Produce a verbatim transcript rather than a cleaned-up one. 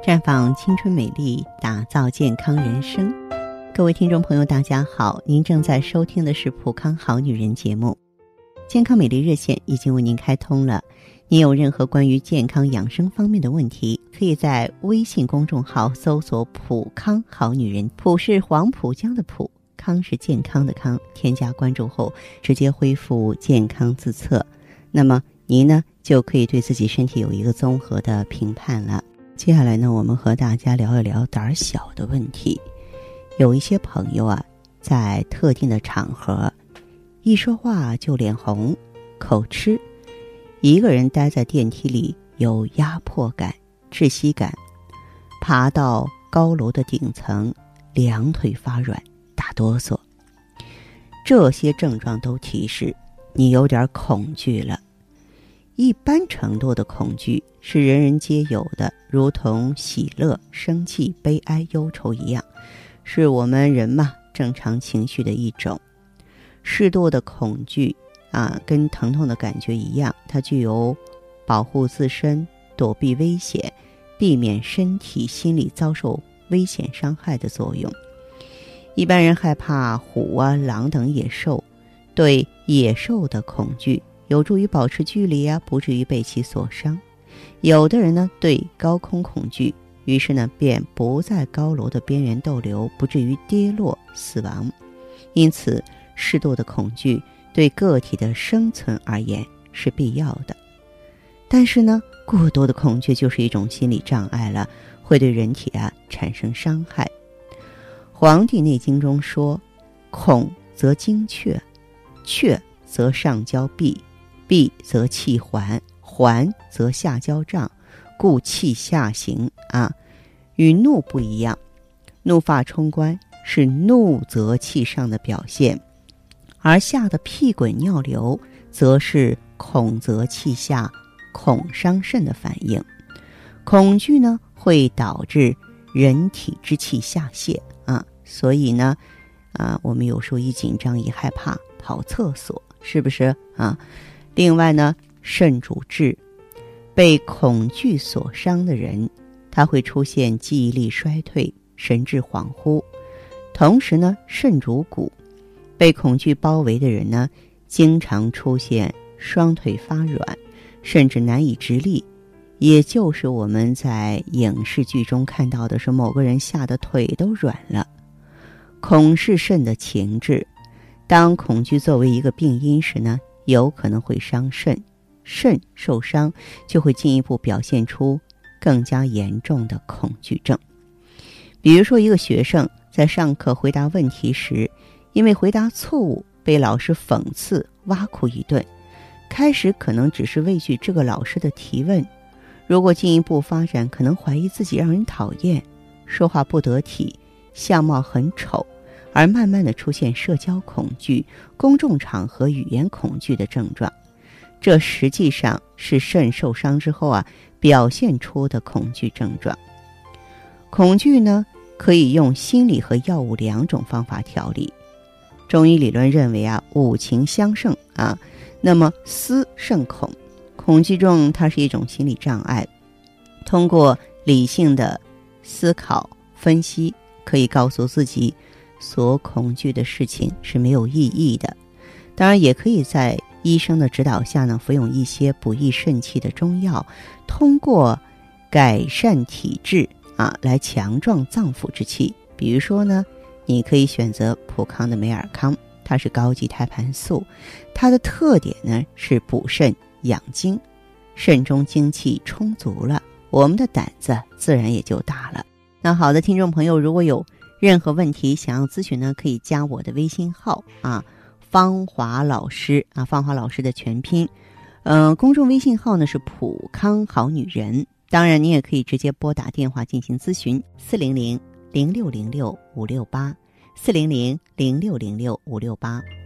绽放青春美丽，打造健康人生。各位听众朋友大家好，您正在收听的是普康好女人节目。健康美丽热线已经为您开通了，您有任何关于健康养生方面的问题，可以在微信公众号搜索普康好女人，普是黄浦江的浦，康是健康的康，添加关注后直接恢复健康自测，那么您呢就可以对自己身体有一个综合的评判了。接下来呢，我们和大家聊一聊胆儿小的问题。有一些朋友啊，在特定的场合，一说话就脸红、口吃，一个人待在电梯里有压迫感、窒息感，爬到高楼的顶层，两腿发软、打哆嗦。这些症状都提示你有点恐惧了。一般程度的恐惧是人人皆有的，如同喜乐、生气、悲哀、忧愁一样，是我们人嘛正常情绪的一种。适度的恐惧啊，跟疼痛的感觉一样，它具有保护自身、躲避危险、避免身体心理遭受危险伤害的作用。一般人害怕虎啊、狼等野兽，对野兽的恐惧有助于保持距离啊，不至于被其所伤。有的人呢对高空恐惧，于是呢便不在高楼的边缘逗留，不至于跌落死亡。因此适度的恐惧对个体的生存而言是必要的。但是呢过多的恐惧就是一种心理障碍了，会对人体啊产生伤害。黄帝内经中说，恐则惊却，却则上焦闭，闭则气缓，缓则下焦胀，故气下行啊。与怒不一样，怒发冲冠是怒则气上的表现，而下的屁滚尿流则是恐则气下、恐伤肾的反应。恐惧呢会导致人体之气下泄啊，所以呢啊，我们有时候一紧张一害怕跑厕所，是不是啊？另外呢，肾主志，被恐惧所伤的人，他会出现记忆力衰退、神志恍惚。同时呢，肾主骨，被恐惧包围的人呢，经常出现双腿发软，甚至难以直立。也就是我们在影视剧中看到的是某个人吓得腿都软了。恐是肾的情志，当恐惧作为一个病因时呢，有可能会伤肾，肾受伤就会进一步表现出更加严重的恐惧症。比如说一个学生在上课回答问题时，因为回答错误被老师讽刺挖苦一顿，开始可能只是畏惧这个老师的提问，如果进一步发展，可能怀疑自己让人讨厌，说话不得体，相貌很丑，而慢慢的出现社交恐惧、公众场合语言恐惧的症状。这实际上是肾受伤之后啊表现出的恐惧症状。恐惧呢可以用心理和药物两种方法调理。中医理论认为啊五情相胜啊，那么思胜恐，恐惧症它是一种心理障碍，通过理性的思考分析，可以告诉自己所恐惧的事情是没有意义的。当然也可以在医生的指导下呢，服用一些补益肾气的中药，通过改善体质啊，来强壮脏腑之气。比如说呢，你可以选择普康的美尔康，它是高级胎盘素，它的特点呢是补肾养精，肾中精气充足了，我们的胆子自然也就大了。那好的，听众朋友，如果有任何问题想要咨询呢，可以加我的微信号啊，芳华老师啊，芳华老师的全拼，嗯、呃，公众微信号呢是普康好女人。当然，你也可以直接拨打电话进行咨询，四零零零六零六五六八，四零零零六零六五六八，